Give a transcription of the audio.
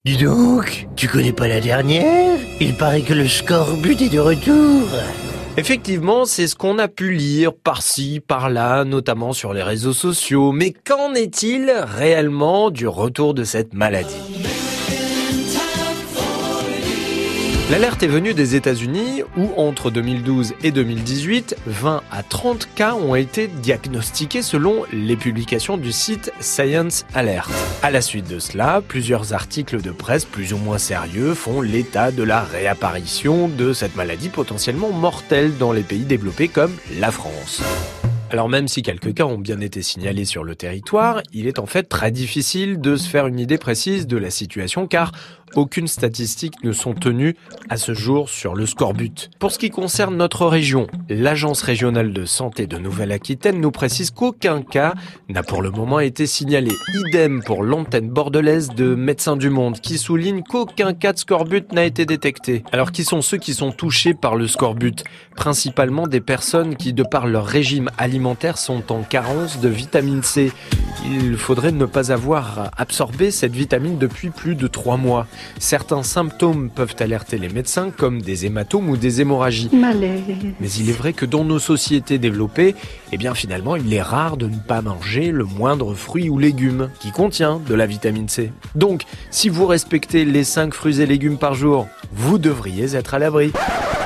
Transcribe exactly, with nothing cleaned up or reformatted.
Dis donc, tu connais pas la dernière? Il paraît que le scorbut est de retour. Effectivement, c'est ce qu'on a pu lire par-ci, par-là, notamment sur les réseaux sociaux. Mais qu'en est-il réellement du retour de cette maladie ? L'alerte est venue des États-Unis où, entre deux mille douze et deux mille dix-huit, vingt à trente cas ont été diagnostiqués selon les publications du site Science Alert. À la suite de cela, plusieurs articles de presse plus ou moins sérieux font l'état de la réapparition de cette maladie potentiellement mortelle dans les pays développés comme la France. Alors même si quelques cas ont bien été signalés sur le territoire, il est en fait très difficile de se faire une idée précise de la situation car aucune statistique ne sont tenues à ce jour sur le scorbut. Pour ce qui concerne notre région, l'Agence régionale de santé de Nouvelle-Aquitaine nous précise qu'aucun cas n'a pour le moment été signalé. Idem pour l'antenne bordelaise de Médecins du Monde qui souligne qu'aucun cas de scorbut n'a été détecté. Alors qui sont ceux qui sont touchés par le scorbut ? Principalement des personnes qui, de par leur régime alimentaire, sont en carence de vitamine C. Il faudrait ne pas avoir absorbé cette vitamine depuis plus de trois mois. Certains symptômes peuvent alerter les médecins comme des hématomes ou des hémorragies. Malaise. Mais il est vrai que dans nos sociétés développées, eh bien finalement il est rare de ne pas manger le moindre fruit ou légume qui contient de la vitamine C. Donc, si vous respectez les cinq fruits et légumes par jour, vous devriez être à l'abri.